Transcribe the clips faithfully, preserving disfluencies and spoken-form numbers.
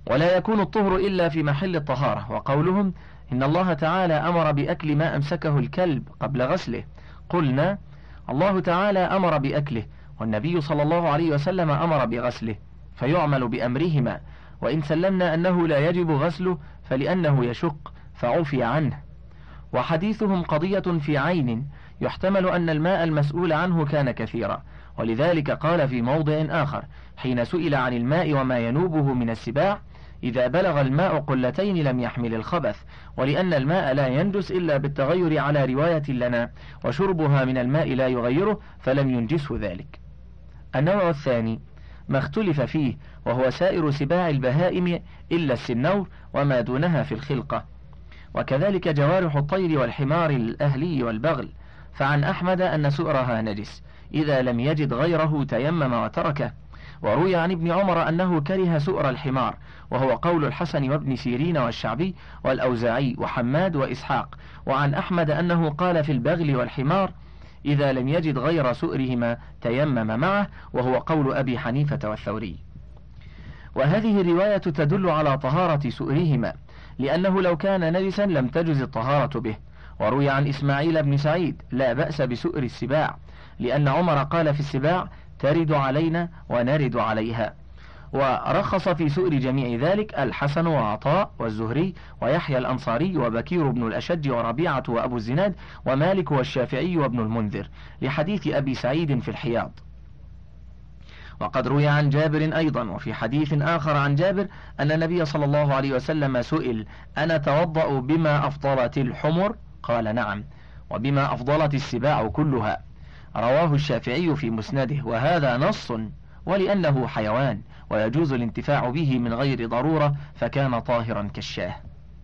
ولا يكون الطهر إلا في محل الطهارة. وقولهم إن الله تعالى أمر بأكل ما أمسكه الكلب قبل غسله، قلنا الله تعالى أمر بأكله والنبي صلى الله عليه وسلم أمر بغسله، فيعمل بأمرهما، وإن سلمنا أنه لا يجب غسله فلأنه يشق فعفي عنه. وحديثهم قضية في عين، يحتمل أن الماء المسؤول عنه كان كثيرا، ولذلك قال في موضع آخر حين سئل عن الماء وما ينوبه من السباع: إذا بلغ الماء قلتين لم يحمل الخبث، ولأن الماء لا ينجس إلا بالتغير على رواية لنا، وشربها من الماء لا يغيره فلم ينجسه ذلك. النوع الثاني ما اختلف فيه، وهو سائر سباع البهائم إلا السنور وما دونها في الخلقة، وكذلك جوارح الطير والحمار الأهلي والبغل. فعن أحمد أن سؤرها نجس، إذا لم يجد غيره تيمم وتركه. وروي عن ابن عمر أنه كره سؤر الحمار، وهو قول الحسن وابن سيرين والشعبي والأوزاعي وحماد وإسحاق. وعن أحمد أنه قال في البغل والحمار إذا لم يجد غير سؤرهما تيمم معه، وهو قول أبي حنيفة والثوري. وهذه الرواية تدل على طهارة سؤرهما، لأنه لو كان نجسا لم تجز الطهارة به. وروي عن إسماعيل بن سعيد لا بأس بسؤر السباع، لأن عمر قال في السباع ترد علينا ونرد عليها. ورخص في سؤر جميع ذلك الحسن وعطاء والزهري ويحيى الأنصاري وبكير بن الأشج وربيعة وأبو الزناد ومالك والشافعي وابن المنذر، لحديث أبي سعيد في الحياض. وقد روي عن جابر أيضا وفي حديث آخر عن جابر أن النبي صلى الله عليه وسلم سئل: أنا توضأ بما أفضلت الحمر؟ قال: نعم. وبما أفضلت السباع كلها. رواه الشافعي في مسنده، وهذا نص، ولأنه حيوان ويجوز الانتفاع به من غير ضرورة فكان طاهرا كالشاه.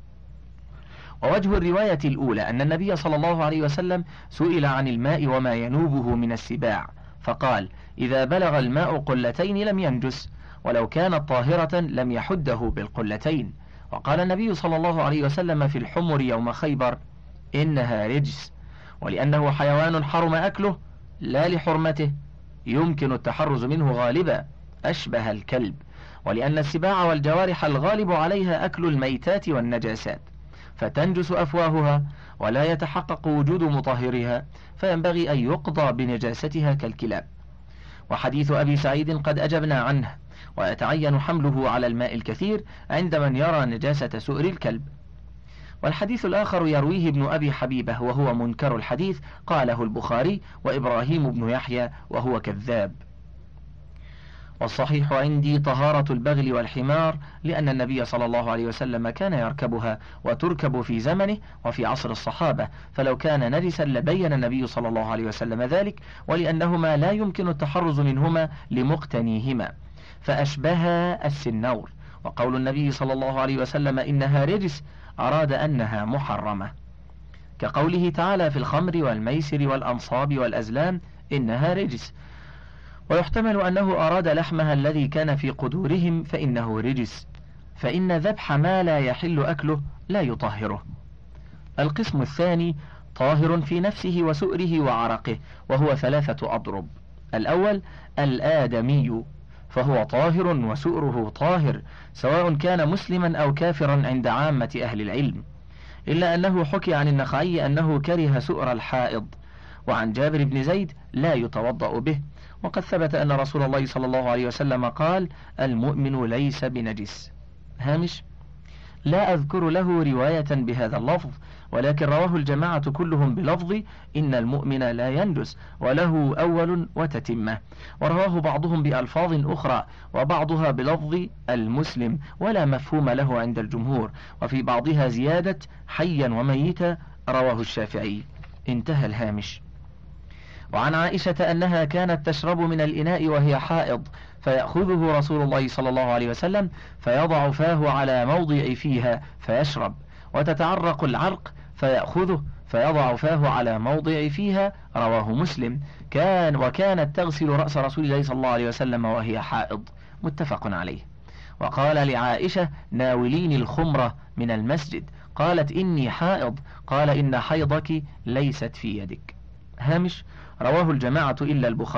ووجه الرواية الأولى أن النبي صلى الله عليه وسلم سئل عن الماء وما ينوبه من السباع، فقال: إذا بلغ الماء قلتين لم ينجس، ولو كانت طاهرة لم يحده بالقلتين. وقال النبي صلى الله عليه وسلم في الحمر يوم خيبر: إنها رجس، ولأنه حيوان حرم أكله لا لحرمته، يمكن التحرز منه غالبا أشبه الكلب، ولأن السباع والجوارح الغالب عليها أكل الميتات والنجاسات، فتنجس أفواهها ولا يتحقق وجود مطهرها، فينبغي أن يقضى بنجاستها كالكلاب. وحديث أبي سعيد قد أجبنا عنه، ويتعين حمله على الماء الكثير عند من يرى نجاسة سؤر الكلب. والحديث الآخر يرويه ابن أبي حبيبة وهو منكر الحديث، قاله البخاري وإبراهيم بن يحيى وهو كذاب. والصحيح عندي طهارة البغل والحمار، لأن النبي صلى الله عليه وسلم كان يركبها وتركب في زمنه وفي عصر الصحابة، فلو كان نجسا لبين النبي صلى الله عليه وسلم ذلك، ولأنهما لا يمكن التحرز منهما لمقتنيهما، فأشبها السنور. وقول النبي صلى الله عليه وسلم إنها رجس أراد أنها محرمة، كقوله تعالى في الخمر والميسر والأنصاب والأزلام إنها رجس. ويحتمل أنه أراد لحمها الذي كان في قدورهم فإنه رجس، فإن ذبح ما لا يحل أكله لا يطهره. القسم الثاني طاهر في نفسه وسؤره وعرقه، وهو ثلاثة أضرب. الأول الآدمي، فهو طاهر وسؤره طاهر، سواء كان مسلما أو كافرا عند عامة أهل العلم، إلا أنه حكي عن النخعي أنه كره سؤر الحائض، وعن جابر بن زيد لا يتوضأ به. وقد ثبت أن رسول الله صلى الله عليه وسلم قال: المؤمن ليس بنجس. هامش: لا أذكر له رواية بهذا اللفظ، ولكن رواه الجماعة كلهم بلفظ إن المؤمن لا ينجس، وله أول وتتمة. ورواه بعضهم بألفاظ أخرى، وبعضها بلفظ المسلم، ولا مفهوم له عند الجمهور، وفي بعضها زيادة حيا وميتا، رواه الشافعي. انتهى الهامش. وعن عائشة أنها كانت تشرب من الإناء وهي حائض، فيأخذه رسول الله صلى الله عليه وسلم فيضع فاه على موضع فيها فيشرب، وتتعرق العرق فيأخذه فيضع فاه على موضع فيها، رواه مسلم. كان وكانت تغسل رأس رسول الله صلى الله عليه وسلم وهي حائض، متفق عليه. وقال لعائشة: ناوليني الخمرة من المسجد، قالت: إني حائض، قال: إن حيضك ليست في يدك. هامش: رواه الجماعة إلا البخاري،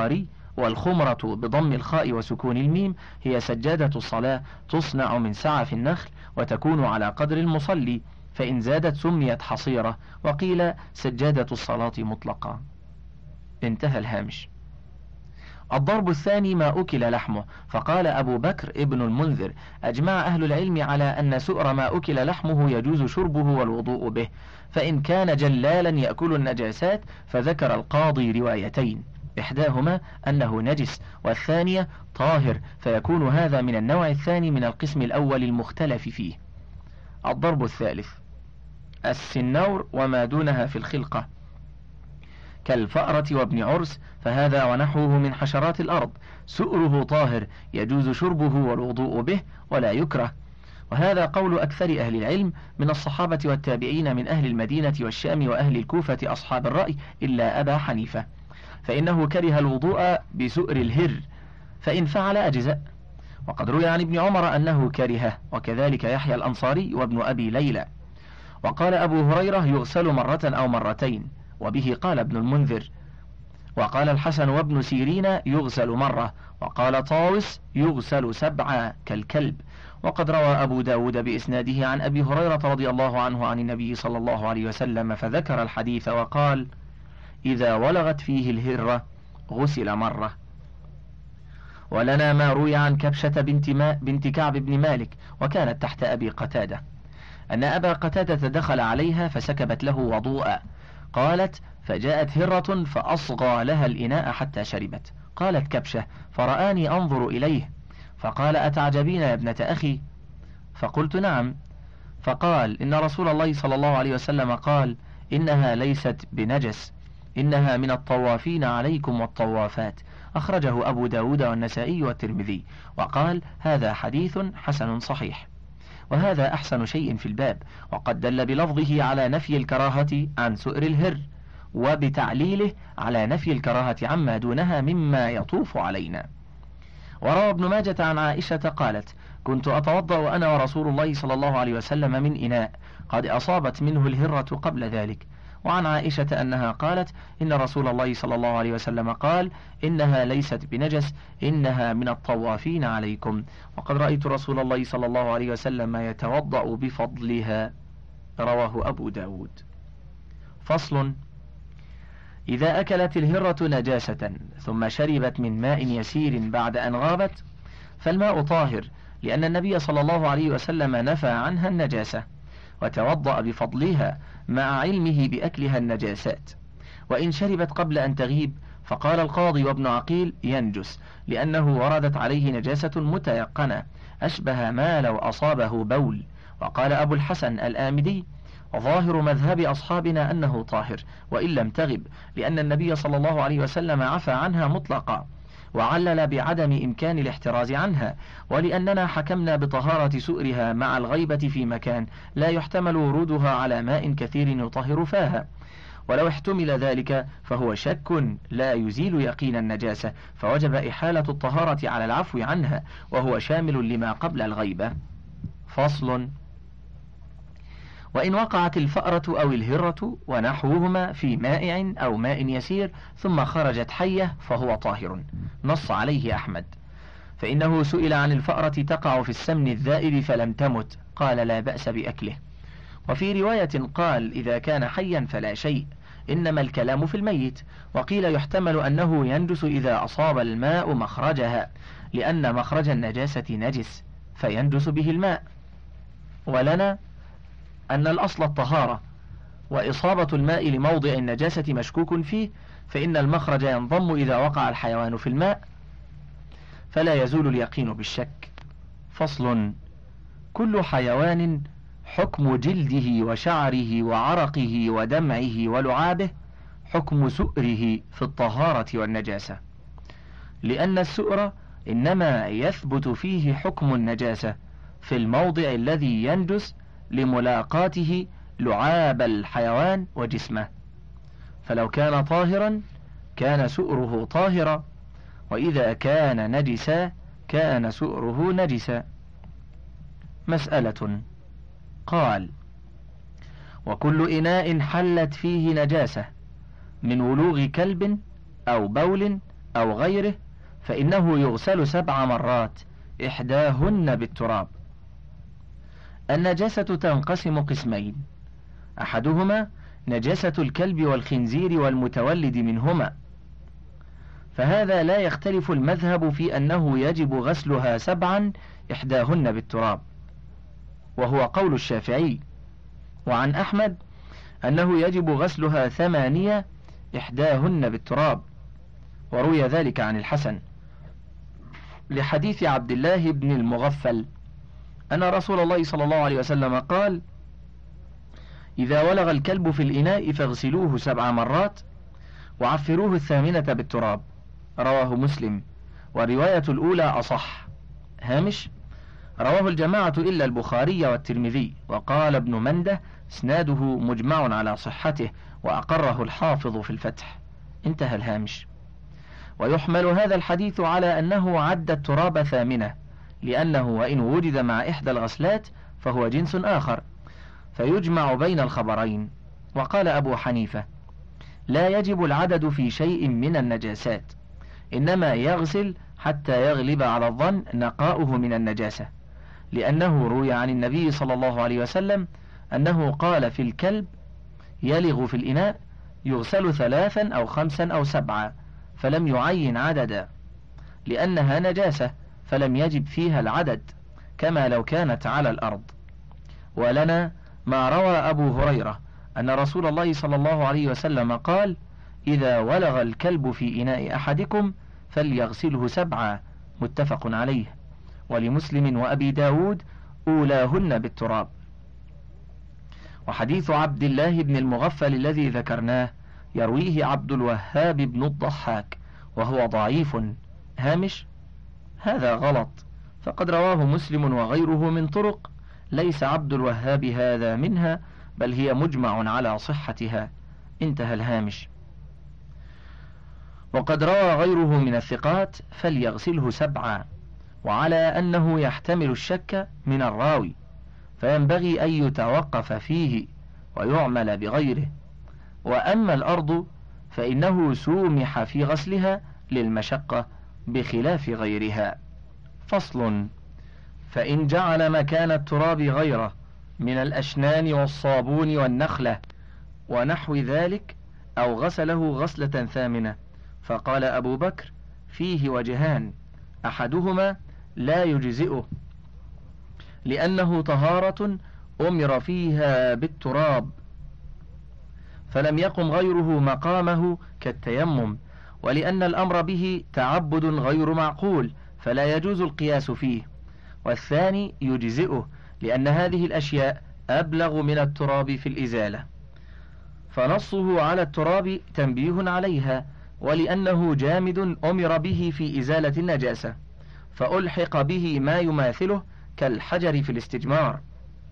والخمرة بضم الخاء وسكون الميم هي سجادة الصلاة، تصنع من سعف النخل وتكون على قدر المصلي، فإن زادت سميت حصيرة، وقيل سجادة الصلاة مطلقا. انتهى الهامش. الضرب الثاني ما أكل لحمه، فقال أبو بكر ابن المنذر: أجمع أهل العلم على أن سؤر ما أكل لحمه يجوز شربه والوضوء به، فإن كان جلالا يأكل النجاسات فذكر القاضي روايتين، إحداهما أنه نجس، والثانية طاهر، فيكون هذا من النوع الثاني من القسم الأول المختلف فيه. الضرب الثالث السنور وما دونها في الخلقة كالفأرة وابن عرس، فهذا ونحوه من حشرات الأرض سؤره طاهر يجوز شربه والوضوء به ولا يكره، وهذا قول أكثر أهل العلم من الصحابة والتابعين من أهل المدينة والشام وأهل الكوفة أصحاب الرأي إلا أبا حنيفة، فإنه كره الوضوء بسؤر الهر، فإن فعل أجزاء. وقد روي عن ابن عمر أنه كرهه، وكذلك يحيى الأنصاري وابن أبي ليلى. وقال أبو هريرة يغسل مرة أو مرتين، وبه قال ابن المنذر. وقال الحسن وابن سيرين يغسل مرة، وقال طاوس يغسل سبعة كالكلب. وقد روى أبو داود بإسناده عن أبي هريرة رضي الله عنه عن النبي صلى الله عليه وسلم فذكر الحديث وقال: إذا ولغت فيه الهرة غسل مرة. ولنا ما روي عن كبشة بنت, ما بنت كعب بن مالك، وكانت تحت أبي قتادة، أن أبا قتادة دخل عليها فسكبت له وضوءا، قالت: فجاءت هرة فأصغى لها الإناء حتى شربت. قالت كبشة: فرآني أنظر إليه فقال: أتعجبين يا ابنة أخي؟ فقلت: نعم. فقال: إن رسول الله صلى الله عليه وسلم قال: إنها ليست بنجس، إنها من الطوافين عليكم والطوافات. أخرجه أبو داود والنسائي والترمذي، وقال: هذا حديث حسن صحيح. وهذا أحسن شيء في الباب، وقد دل بلفظه على نفي الكراهة عن سؤر الهر، وبتعليله على نفي الكراهة عما دونها مما يطوف علينا. وروى ابن ماجة عن عائشة قالت: كنت أتوضأ أنا ورسول الله صلى الله عليه وسلم من إناء قد أصابت منه الهرة قبل ذلك. وعن عائشة أنها قالت: إن رسول الله صلى الله عليه وسلم قال: إنها ليست بنجس، إنها من الطوافين عليكم. وقد رأيت رسول الله صلى الله عليه وسلم يتوضأ بفضلها. رواه أبو داود. فصل: إذا أكلت الهرة نجاسة ثم شربت من ماء يسير بعد أن غابت فالماء طاهر، لأن النبي صلى الله عليه وسلم نفى عنها النجاسة وتوضأ بفضلها مع علمه بأكلها النجاسات. وإن شربت قبل أن تغيب فقال القاضي وابن عقيل: ينجس، لأنه وردت عليه نجاسة متيقنة أشبه ما لو أصابه بول. وقال أبو الحسن الآمدي: ظاهر مذهب أصحابنا أنه طاهر وإن لم تغب، لأن النبي صلى الله عليه وسلم عفى عنها مطلقا، وعلل بعدم إمكان الاحتراز عنها، ولأننا حكمنا بطهارة سؤرها مع الغيبة في مكان لا يحتمل ورودها على ماء كثير يطهر فاها. ولو احتمل ذلك فهو شك لا يزيل يقين النجاسة، فوجب إحالة الطهارة على العفو عنها، وهو شامل لما قبل الغيبة. فصل: وإن وقعت الفأرة أو الهرة ونحوهما في مائع أو ماء يسير ثم خرجت حية فهو طاهر، نص عليه أحمد، فإنه سئل عن الفأرة تقع في السمن الذائب فلم تمت، قال: لا بأس بأكله. وفي رواية قال: إذا كان حيا فلا شيء، إنما الكلام في الميت. وقيل يحتمل أنه ينجس إذا أصاب الماء مخرجها، لأن مخرج النجاسة نجس فينجس به الماء. ولنا أن الأصل الطهارة، وإصابة الماء لموضع النجاسة مشكوك فيه، فإن المخرج ينضم إذا وقع الحيوان في الماء، فلا يزول اليقين بالشك. فصل: كل حيوان حكم جلده وشعره وعرقه ودمعه ولعابه حكم سؤره في الطهارة والنجاسة، لأن السؤر إنما يثبت فيه حكم النجاسة في الموضع الذي ينجس لملاقاته لعاب الحيوان وجسمه، فلو كان طاهرا كان سؤره طاهرا، وإذا كان نجسا كان سؤره نجسا. مسألة: قال: وكل إناء حلت فيه نجاسة من ولوغ كلب أو بول أو غيره فإنه يغسل سبع مرات إحداهن بالتراب. النجاسة تنقسم قسمين: أحدهما نجاسة الكلب والخنزير والمتولد منهما، فهذا لا يختلف المذهب في أنه يجب غسلها سبعا إحداهن بالتراب، وهو قول الشافعي، وعن أحمد أنه يجب غسلها ثمانية إحداهن بالتراب، وروي ذلك عن الحسن لحديث عبد الله بن المغفل أن رسول الله صلى الله عليه وسلم قال: إذا ولغ الكلب في الإناء فاغسلوه سبع مرات وعفروه الثامنة بالتراب. رواه مسلم، والرواية الأولى أصح. هامش: رواه الجماعة إلا البخاري والترمذي، وقال ابن منده اسناده مجمع على صحته، وأقره الحافظ في الفتح. انتهى الهامش. ويحمل هذا الحديث على أنه عد التراب ثامنة، لأنه وإن وجد مع إحدى الغسلات فهو جنس آخر، فيجمع بين الخبرين. وقال أبو حنيفة: لا يجب العدد في شيء من النجاسات، إنما يغسل حتى يغلب على الظن نقاؤه من النجاسة، لأنه روي عن النبي صلى الله عليه وسلم أنه قال في الكلب يلغ في الإناء يغسل ثلاثا أو خمسا أو سبعا، فلم يعين عددا، لأنها نجاسة فلم يجب فيها العدد، كما لو كانت على الأرض. ولنا ما روى أبو هريرة أن رسول الله صلى الله عليه وسلم قال: إذا ولغ الكلب في إناء أحدكم فليغسله سبعا، متفق عليه. ولمسلم وأبي داود أولاهن بالتراب. وحديث عبد الله بن المغفل الذي ذكرناه يرويه عبد الوهاب بن الضحاك، وهو ضعيف. هامش: هذا غلط، فقد رواه مسلم وغيره من طرق ليس عبد الوهاب هذا منها، بل هي مجمع على صحتها. انتهى الهامش. وقد روى غيره من الثقات فليغسله سبعا، وعلى أنه يحتمل الشك من الراوي، فينبغي أن يتوقف فيه ويعمل بغيره. وأما الأرض فإنه سومح في غسلها للمشقة بخلاف غيرها. فصل: فإن جعل مكان التراب غيره من الأشنان والصابون والنخلة ونحو ذلك، أو غسله غسلة ثامنة، فقال أبو بكر: فيه وجهان: أحدهما لا يجزئه لأنه طهارة أمر فيها بالتراب فلم يقم غيره مقامه كالتيمم، ولأن الأمر به تعبد غير معقول فلا يجوز القياس فيه. والثاني يجزئه لأن هذه الأشياء أبلغ من التراب في الإزالة، فنصه على التراب تنبيه عليها، ولأنه جامد أمر به في إزالة النجاسة، فألحق به ما يماثله كالحجر في الاستجمار.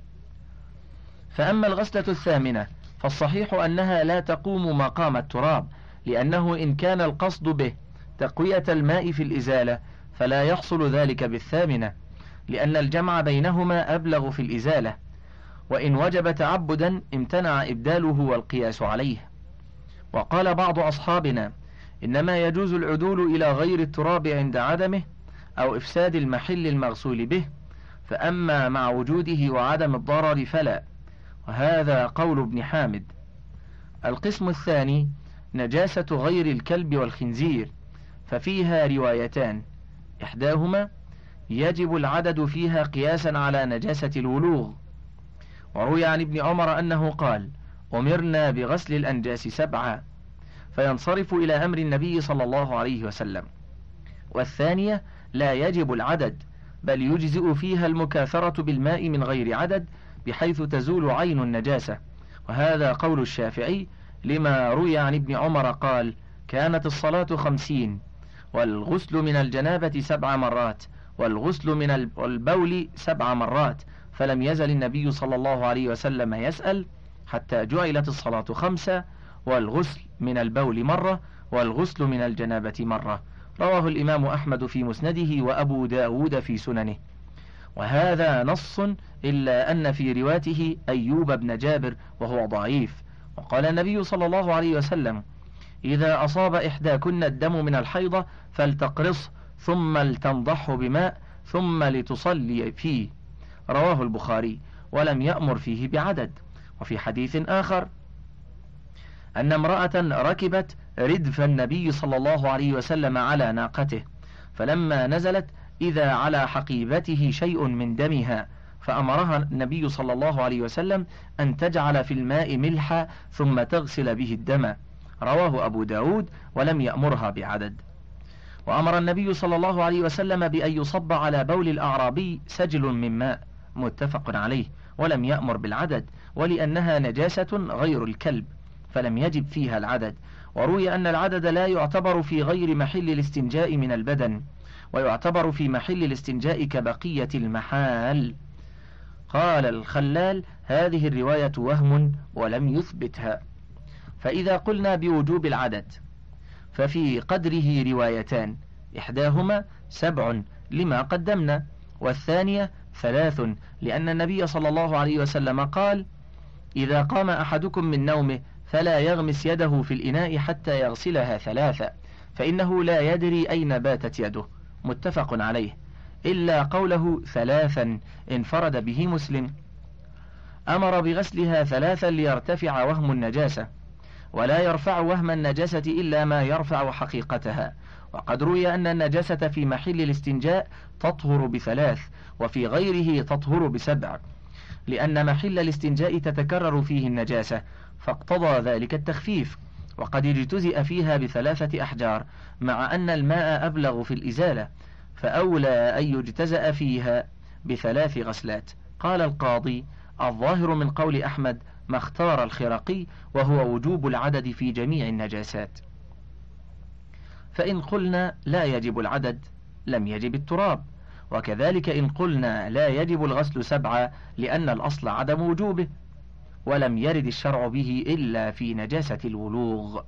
فأما الغسلة الثامنة فالصحيح أنها لا تقوم مقام التراب، لأنه إن كان القصد به تقوية الماء في الإزالة فلا يحصل ذلك بالثامنة، لأن الجمع بينهما أبلغ في الإزالة، وإن وجب تعبدا امتنع إبداله والقياس عليه. وقال بعض أصحابنا: إنما يجوز العدول إلى غير التراب عند عدمه أو إفساد المحل المغسول به، فأما مع وجوده وعدم الضرر فلا، وهذا قول ابن حامد. القسم الثاني نجاسة غير الكلب والخنزير، ففيها روايتان: إحداهما يجب العدد فيها قياسا على نجاسة الولوغ، وروي عن ابن عمر أنه قال: أمرنا بغسل الأنجاس سبعا، فينصرف إلى أمر النبي صلى الله عليه وسلم. والثانية لا يجب العدد، بل يجزئ فيها المكاثرة بالماء من غير عدد، بحيث تزول عين النجاسة، وهذا قول الشافعي، لما روي عن ابن عمر قال: كانت الصلاة خمسين، والغسل من الجنابة سبع مرات، والغسل من البول سبع مرات، فلم يزل النبي صلى الله عليه وسلم يسأل حتى جعلت الصلاة خمسة، والغسل من البول مرة، والغسل من الجنابة مرة. رواه الإمام أحمد في مسنده وأبو داود في سننه. وهذا نص، إلا أن في رواته أيوب بن جابر وهو ضعيف. وقال النبي صلى الله عليه وسلم: إذا أصاب إحداكن الدم من الحيضة فلتقرص ثم لتنضحه بماء ثم لتصلي فيه. رواه البخاري، ولم يأمر فيه بعدد. وفي حديث آخر أن امرأة ركبت ردف النبي صلى الله عليه وسلم على ناقته، فلما نزلت إذا على حقيبته شيء من دمها، فأمرها النبي صلى الله عليه وسلم أن تجعل في الماء ملحا ثم تغسل به الدم. رواه أبو داود، ولم يأمرها بعدد. وأمر النبي صلى الله عليه وسلم بأن يصب على بول الأعرابي سجل من ماء، متفق عليه، ولم يأمر بالعدد، ولأنها نجاسة غير الكلب فلم يجب فيها العدد. وروي أن العدد لا يعتبر في غير محل الاستنجاء من البدن، ويعتبر في محل الاستنجاء كبقية المحال. قال الخلال: هذه الرواية وهم ولم يثبتها. فإذا قلنا بوجوب العدد ففي قدره روايتان، إحداهما سبع لما قدمنا، والثانية ثلاث لأن النبي صلى الله عليه وسلم قال: إذا قام أحدكم من نومه فلا يغمس يده في الإناء حتى يغسلها ثلاثة، فإنه لا يدري أين باتت يده، متفق عليه، إلا قوله ثلاثا انفرد به مسلم. أمر بغسلها ثلاثا ليرتفع وهم النجاسة، ولا يرفع وهم النجاسة إلا ما يرفع حقيقتها. وقد روي أن النجاسة في محل الاستنجاء تطهر بثلاث، وفي غيره تطهر بسبع، لأن محل الاستنجاء تتكرر فيه النجاسة، فاقتضى ذلك التخفيف. وقد اجتزئ فيها بثلاثة أحجار، مع أن الماء أبلغ في الإزالة، فأولى أن يجتزأ فيها بثلاث غسلات. قال القاضي: الظاهر من قول أحمد ما اختار الخرقي، وهو وجوب العدد في جميع النجاسات. فإن قلنا لا يجب العدد لم يجب التراب، وكذلك إن قلنا لا يجب الغسل سبعة لأن الأصل عدم وجوبه، ولم يرد الشرع به إلا في نجاسة الولوغ.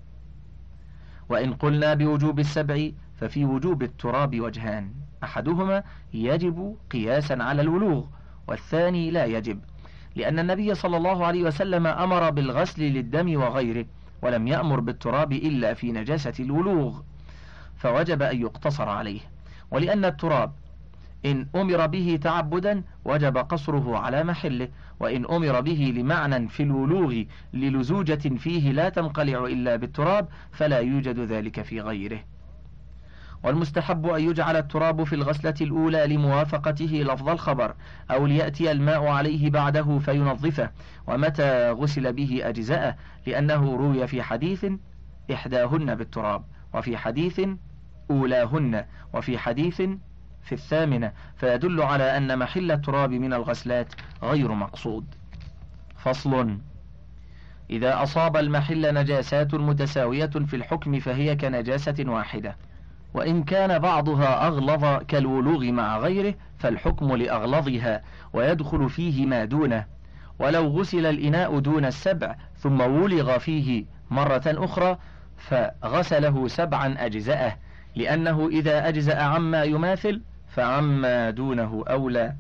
وإن قلنا بوجوب السبع ففي وجوب التراب وجهان، أحدهما يجب قياسا على الولوغ، والثاني لا يجب، لأن النبي صلى الله عليه وسلم أمر بالغسل للدم وغيره، ولم يأمر بالتراب إلا في نجاسة الولوغ، فوجب أن يقتصر عليه. ولأن التراب إن أمر به تعبدا وجب قصره على محله، وإن أمر به لمعنى في الولوغ للزوجة فيه لا تنقلع إلا بالتراب فلا يوجد ذلك في غيره. والمستحب أن يجعل التراب في الغسلة الأولى لموافقته لفظ الخبر، أو ليأتي الماء عليه بعده فينظفه، ومتى غسل به أجزاءه، لأنه روي في حديث إحداهن بالتراب، وفي حديث أولاهن، وفي حديث في الثامنة، فيدل على أن محل التراب من الغسلات غير مقصود. فصل: إذا أصاب المحل نجاسات متساوية في الحكم فهي كنجاسة واحدة، وإن كان بعضها أغلظ كالولوغ مع غيره فالحكم لأغلظها، ويدخل فيه ما دونه. ولو غسل الإناء دون السبع ثم ولغ فيه مرة أخرى فغسله سبعا أجزأه، لأنه إذا أجزأ عما يماثل فعما دونه أولى.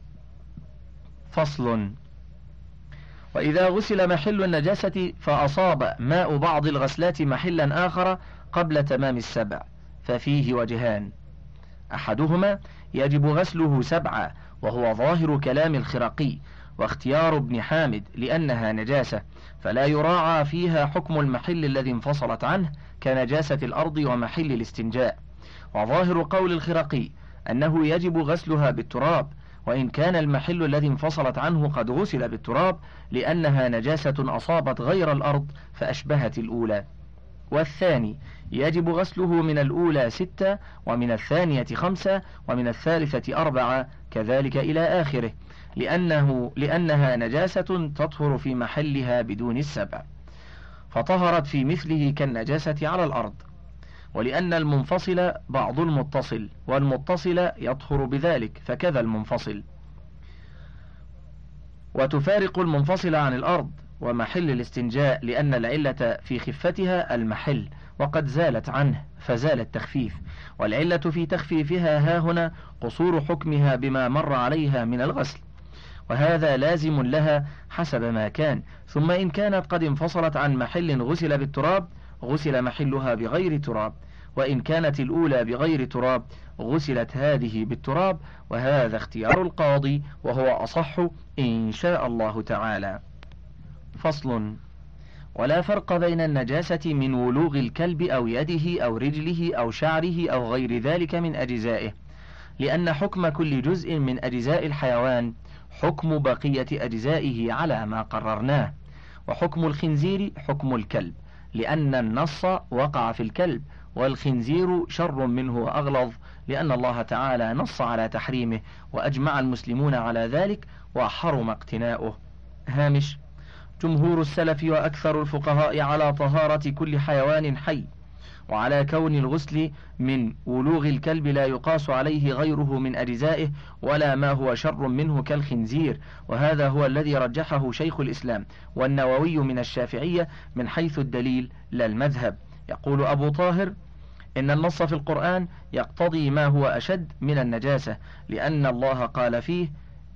فصل: وإذا غسل محل النجاسة فأصاب ماء بعض الغسلات محلا آخر قبل تمام السبع ففيه وجهان، أحدهما يجب غسله سبعة، وهو ظاهر كلام الخرقي واختيار ابن حامد، لأنها نجاسة فلا يراعى فيها حكم المحل الذي انفصلت عنه كنجاسة الأرض ومحل الاستنجاء. وظاهر قول الخرقي أنه يجب غسلها بالتراب، وإن كان المحل الذي انفصلت عنه قد غسل بالتراب، لأنها نجاسة أصابت غير الأرض فأشبهت الأولى. والثاني يجب غسله من الأولى ستة، ومن الثانية خمسة، ومن الثالثة أربعة، كذلك إلى آخره، لأنه لأنها نجاسة تطهر في محلها بدون السبع، فطهرت في مثله كالنجاسة على الأرض. ولأن المنفصل بعض المتصل، والمتصل يطهر بذلك فكذا المنفصل. وتفارق المنفصل عن الأرض ومحل الاستنجاء، لأن العلة في خفتها المحل، وقد زالت عنه فزال التخفيف، والعلة في تخفيفها هاهنا قصور حكمها بما مر عليها من الغسل، وهذا لازم لها حسب ما كان. ثم إن كانت قد انفصلت عن محل غسل بالتراب غسل محلها بغير تراب، وإن كانت الأولى بغير تراب غسلت هذه بالتراب، وهذا اختيار القاضي وهو أصح إن شاء الله تعالى. فصل. ولا فرق بين النجاسة من ولوغ الكلب أو يده أو رجله أو شعره أو غير ذلك من أجزائه، لأن حكم كل جزء من أجزاء الحيوان حكم بقية أجزائه على ما قررناه، وحكم الخنزير حكم الكلب، لأن النص وقع في الكلب، والخنزير شر منه وأغلظ، لأن الله تعالى نص على تحريمه وأجمع المسلمون على ذلك وحرم اقتناؤه. هامش: جمهور السلف وأكثر الفقهاء على طهارة كل حيوان حي، وعلى كون الغسل من ولوغ الكلب لا يقاس عليه غيره من أجزائه ولا ما هو شر منه كالخنزير، وهذا هو الذي رجحه شيخ الإسلام والنووي من الشافعية من حيث الدليل لا المذهب. يقول أبو طاهر: إن النص في القرآن يقتضي ما هو أشد من النجاسة، لأن الله قال فيه: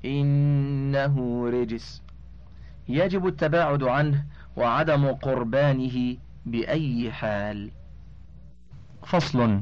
إنه رجس، يجب التباعد عنه وعدم قربانه بأي حال. فصل.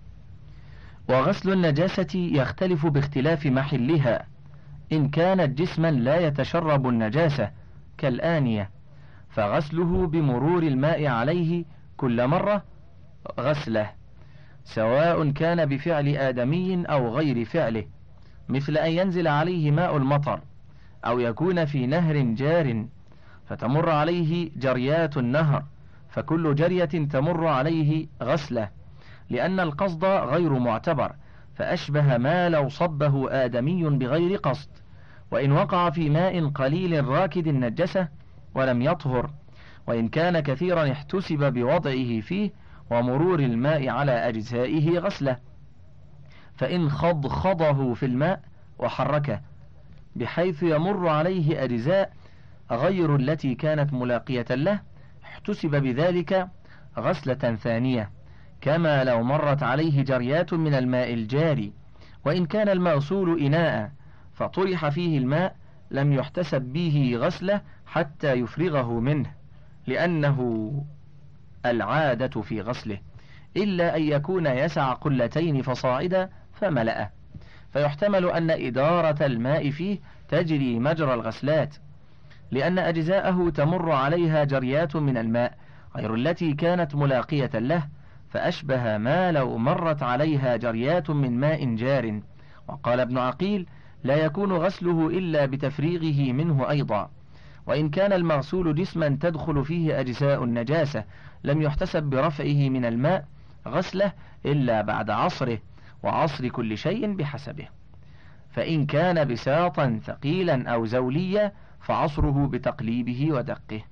وغسل النجاسة يختلف باختلاف محلها، إن كانت جسما لا يتشرب النجاسة كالآنية فغسله بمرور الماء عليه كل مرة غسله، سواء كان بفعل آدمي أو غير فعله، مثل أن ينزل عليه ماء المطر، أو يكون في نهر جار فتمر عليه جريات النهر، فكل جرية تمر عليه غسله، لأن القصد غير معتبر، فأشبه ما لو صبه آدمي بغير قصد، وإن وقع في ماء قليل راكد النجسة ولم يطهر، وإن كان كثيرا احتسب بوضعه فيه ومرور الماء على أجزائه غسله، فإن خضخضه في الماء وحركه بحيث يمر عليه أجزاء غير التي كانت ملاقية له احتسب بذلك غسلة ثانية، كما لو مرت عليه جريات من الماء الجاري. وإن كان المغسول إناء فطرح فيه الماء لم يحتسب به غسلة حتى يفرغه منه، لأنه العادة في غسله، إلا أن يكون يسع قلتين فصاعدا فملأه، فيحتمل أن إدارة الماء فيه تجري مجرى الغسلات، لأن أجزاءه تمر عليها جريات من الماء غير التي كانت ملاقية له، فأشبه ما لو مرت عليها جريات من ماء جار. وقال ابن عقيل: لا يكون غسله إلا بتفريغه منه أيضا. وإن كان المغسول جسما تدخل فيه أجزاء النجاسة لم يحتسب برفعه من الماء غسله إلا بعد عصره، وعصر كل شيء بحسبه، فإن كان بساطا ثقيلا أو زوليا فعصره بتقليبه ودقه.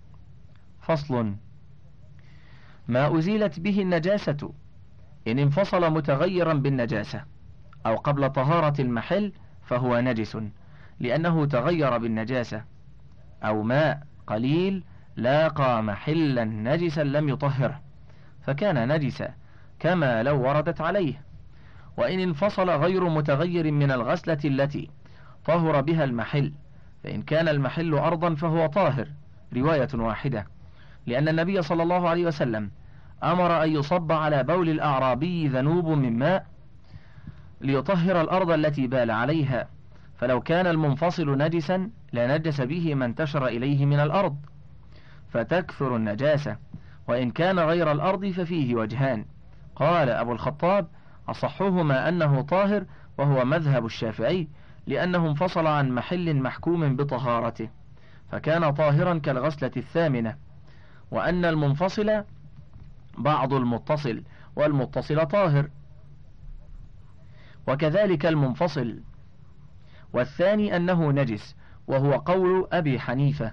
فصل. ما أزيلت به النجاسة إن انفصل متغيرا بالنجاسة أو قبل طهارة المحل فهو نجس، لأنه تغير بالنجاسة، أو ماء قليل لاقى محلا نجسا لم يطهره فكان نجسا كما لو وردت عليه. وإن انفصل غير متغير من الغسلة التي طهر بها المحل، فإن كان المحل أرضا فهو طاهر، رواية واحدة، لأن النبي صلى الله عليه وسلم أمر أن يصب على بول الأعرابي ذنوب من ماء ليطهر الأرض التي بال عليها، فلو كان المنفصل نجسا لنجس به ما انتشر إليه من الأرض فتكثر النجاسة، وإن كان غير الأرض ففيه وجهان. قال أبو الخطاب: أصحهما أنه طاهر، وهو مذهب الشافعي، لأنه انفصل عن محل محكوم بطهارته فكان طاهرا كالغسلة الثامنة، وأن المنفصل بعض المتصل، والمتصل طاهر، وكذلك المنفصل. والثاني أنه نجس، وهو قول أبي حنيفة،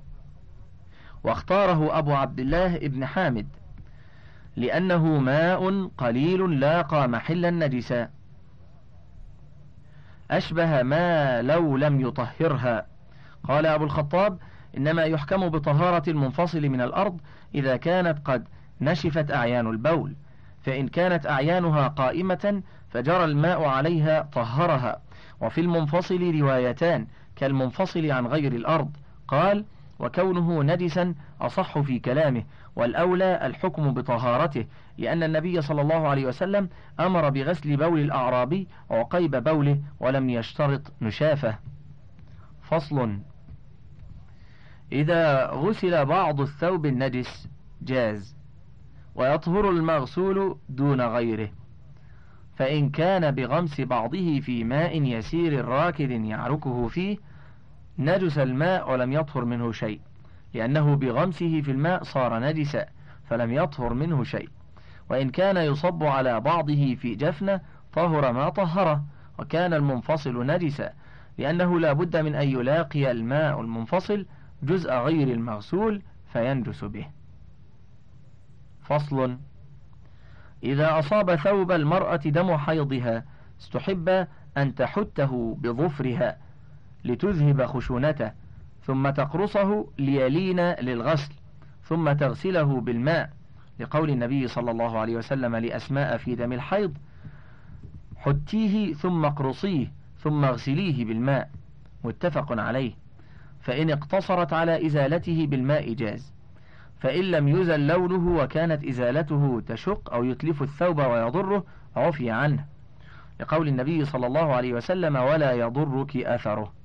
واختاره أبو عبد الله ابن حامد، لأنه ماء قليل لاقى محلا نجسا، أشبه ما لو لم يطهرها. قال أبو الخطاب: إنما يحكم بطهارة المنفصل من الأرض إذا كانت قد نشفت أعيان البول، فإن كانت أعيانها قائمة فجرى الماء عليها طهرها. وفي المنفصل روايتان كالمنفصل عن غير الأرض. قال: وكونه نجسا أصح في كلامه، والأولى الحكم بطهارته، لأن النبي صلى الله عليه وسلم أمر بغسل بول الأعرابي وقيب بوله ولم يشترط نشافه. فصل: إذا غسل بعض الثوب النجس جاز، ويطهر المغسول دون غيره، فإن كان بغمس بعضه في ماء يسير راكد يعركه فيه نجس الماء ولم يطهر منه شيء، لأنه بغمسه في الماء صار نجسا فلم يطهر منه شيء. وإن كان يصب على بعضه في جفنة طهر ما طهره، وكان المنفصل نجسا، لأنه لا بد من أن يلاقي الماء المنفصل جزء غير المغسول فينجس به. فصل: إذا أصاب ثوب المرأة دم حيضها استحب أن تحته بظفرها لتذهب خشونته، ثم تقرصه ليلين للغسل، ثم تغسله بالماء، لقول النبي صلى الله عليه وسلم لأسماء في دم الحيض: حتيه ثم اقرصيه ثم اغسليه بالماء، متفق عليه. فإن اقتصرت على إزالته بالماء جاز، فإن لم يزل لونه وكانت إزالته تشق أو يتلف الثوب ويضره عفي عنه، لقول النبي صلى الله عليه وسلم: ولا يضرك أثره.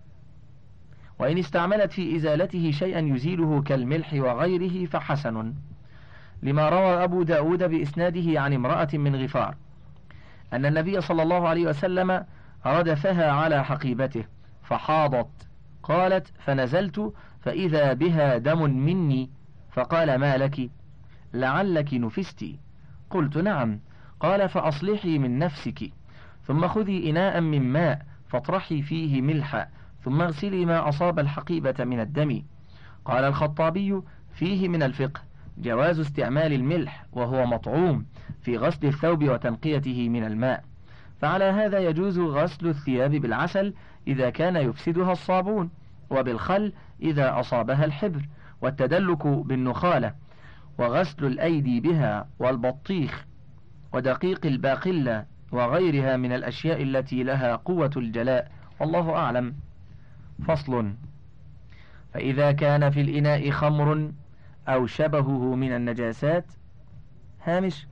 وإن استعملت في إزالته شيئا يزيله كالملح وغيره فحسن، لما روى أبو داود بإسناده عن امرأة من غفار أن النبي صلى الله عليه وسلم ردفها على حقيبته فحاضت، قالت: فنزلت فإذا بها دم مني، فقال: ما لك؟ لعلك نفستي. قلت: نعم. قال: فأصلحي من نفسك، ثم خذي إناء من ماء فاطرحي فيه ملحا، ثم اغسلي ما أصاب الحقيبة من الدم. قال الخطابي: فيه من الفقه جواز استعمال الملح وهو مطعوم في غسل الثوب وتنقيته من الماء، فعلى هذا يجوز غسل الثياب بالعسل إذا كان يفسدها الصابون، وبالخل إذا أصابها الحبر، والتدلك بالنخالة، وغسل الأيدي بها والبطيخ ودقيق الباقلة وغيرها من الأشياء التي لها قوة الجلاء، والله أعلم. فصل: فإذا كان في الإناء خمر أو شبهه من النجاسات. هامش: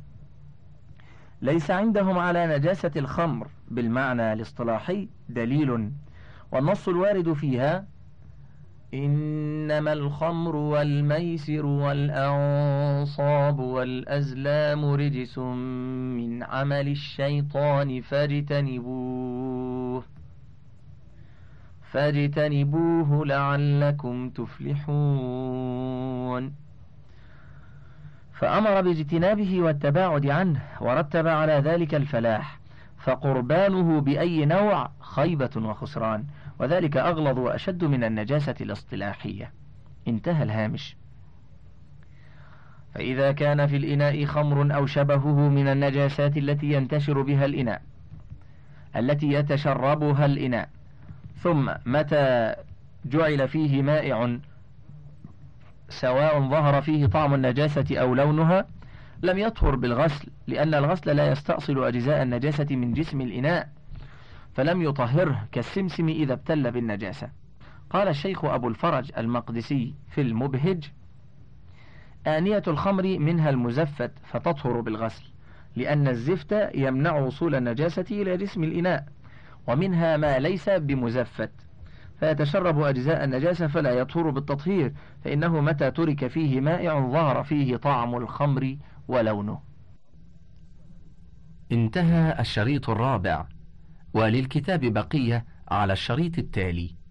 ليس عندهم على نجاسة الخمر بالمعنى الاصطلاحي دليل، والنص الوارد فيها: إنما الخمر والميسر والأنصاب والأزلام رجس من عمل الشيطان فاجتنبوه فاجتنبوه لعلكم تفلحون. فأمر باجتنابه والتباعد عنه، ورتب على ذلك الفلاح، فقربانه بأي نوع خيبة وخسران، وذلك أغلظ وأشد من النجاسة الاصطلاحية. انتهى الهامش. فإذا كان في الإناء خمر أو شبهه من النجاسات التي ينتشر بها الإناء التي يتشربها الإناء، ثم متى جعل فيه مائع سواء ظهر فيه طعم النجاسة أو لونها لم يطهر بالغسل، لأن الغسل لا يستأصل أجزاء النجاسة من جسم الإناء، فلم يطهره كالسمسم إذا ابتل بالنجاسة. قال الشيخ أبو الفرج المقدسي في المبهج: آنية الخمر منها المزفت فتطهر بالغسل، لأن الزفت يمنع وصول النجاسة إلى جسم الإناء، ومنها ما ليس بمزفت فيتشرب أجزاء النجاسة فلا يطهر بالتطهير، فإنه متى ترك فيه مائع ظهر فيه طعم الخمر ولونه. انتهى الشريط الرابع، وللكتاب بقية على الشريط التالي.